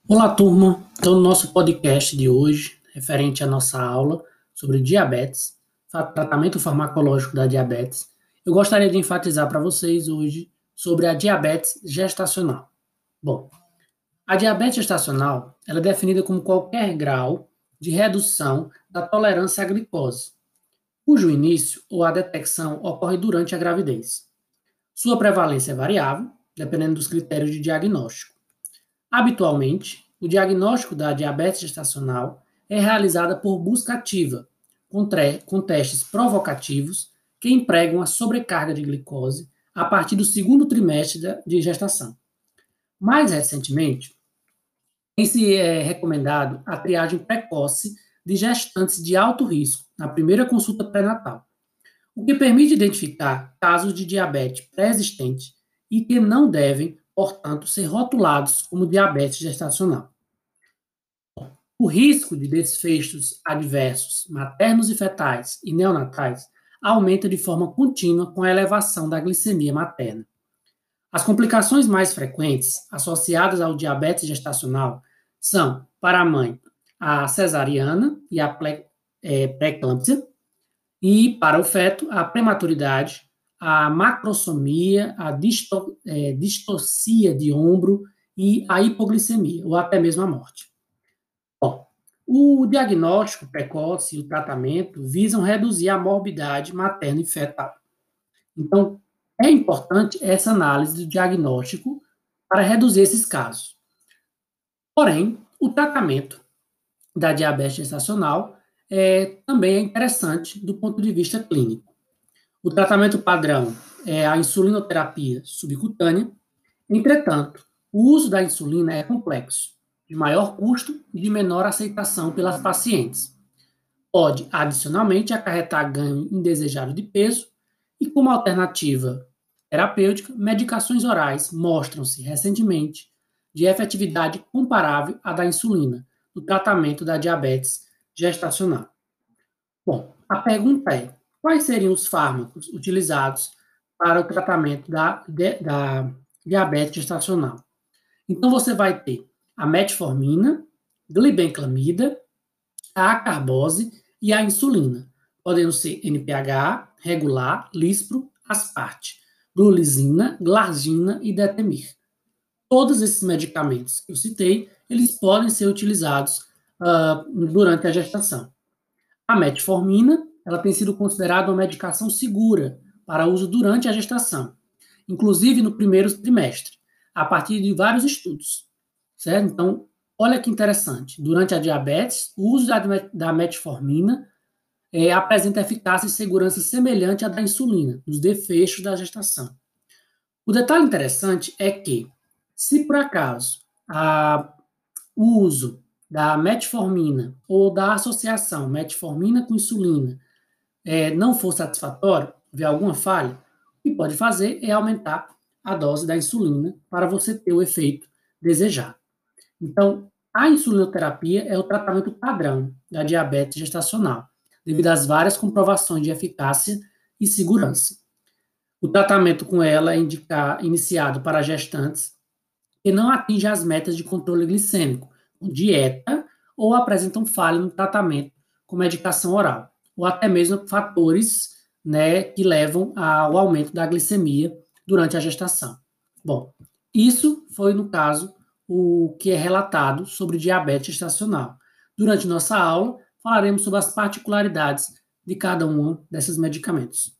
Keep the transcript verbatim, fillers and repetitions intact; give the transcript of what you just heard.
Olá, turma. Então, no nosso podcast de hoje, referente à nossa aula sobre diabetes, fa- tratamento farmacológico da diabetes, eu gostaria de enfatizar para vocês hoje sobre a diabetes gestacional. Bom, a diabetes gestacional ela é definida como qualquer grau de redução da tolerância à glicose, cujo início ou a detecção ocorre durante a gravidez. Sua prevalência é variável, dependendo dos critérios de diagnóstico. Habitualmente, o diagnóstico da diabetes gestacional é realizado por busca ativa, com, com testes provocativos que empregam a sobrecarga de glicose a partir do segundo trimestre de gestação. Mais recentemente, tem se é, recomendado a triagem precoce de gestantes de alto risco na primeira consulta pré-natal, o que permite identificar casos de diabetes pré-existente e que não devem, portanto, ser rotulados como diabetes gestacional. O risco de desfechos adversos maternos e fetais e neonatais aumenta de forma contínua com a elevação da glicemia materna. As complicações mais frequentes associadas ao diabetes gestacional são, para a mãe, a cesariana e a é, pré-eclâmpsia, e para o feto, a prematuridade, a macrosomia, a disto, é, distocia de ombro e a hipoglicemia, ou até mesmo a morte. Bom, o diagnóstico precoce e o tratamento visam reduzir a morbidade materna e fetal. Então, é importante essa análise do diagnóstico para reduzir esses casos. Porém, o tratamento da diabetes gestacional é, também é interessante do ponto de vista clínico. O tratamento padrão é a insulinoterapia subcutânea. Entretanto, o uso da insulina é complexo, de maior custo e de menor aceitação pelas pacientes. Pode, adicionalmente, acarretar ganho indesejado de peso e, como alternativa terapêutica, medicações orais mostram-se recentemente de efetividade comparável à da insulina no tratamento da diabetes gestacional. Bom, a pergunta é: quais seriam os fármacos utilizados para o tratamento da, de, da diabetes gestacional? Então, você vai ter a metformina, glibenclamida, a acarbose e a insulina, podendo ser N P H, regular, lispro, asparte, glulizina, glargina e detemir. Todos esses medicamentos que eu citei, eles podem ser utilizados uh, durante a gestação. A metformina, ela tem sido considerada uma medicação segura para uso durante a gestação, inclusive no primeiro trimestre, a partir de vários estudos, certo? Então, olha que interessante, durante a diabetes, o uso da, da metformina é, apresenta eficácia e segurança semelhante à da insulina, nos desfechos da gestação. O detalhe interessante é que, se por acaso a, o uso da metformina ou da associação metformina com insulina é, não for satisfatório, houver alguma falha, o que pode fazer é aumentar a dose da insulina para você ter o efeito desejado. Então, a insulinoterapia é o tratamento padrão da diabetes gestacional, devido às várias comprovações de eficácia e segurança. O tratamento com ela é indicar, iniciado para gestantes que não atingem as metas de controle glicêmico, com dieta ou apresentam falha no tratamento com medicação oral, ou até mesmo fatores, né, que levam ao aumento da glicemia durante a gestação. Bom, isso foi, no caso, o que é relatado sobre diabetes gestacional. Durante nossa aula, falaremos sobre as particularidades de cada um desses medicamentos.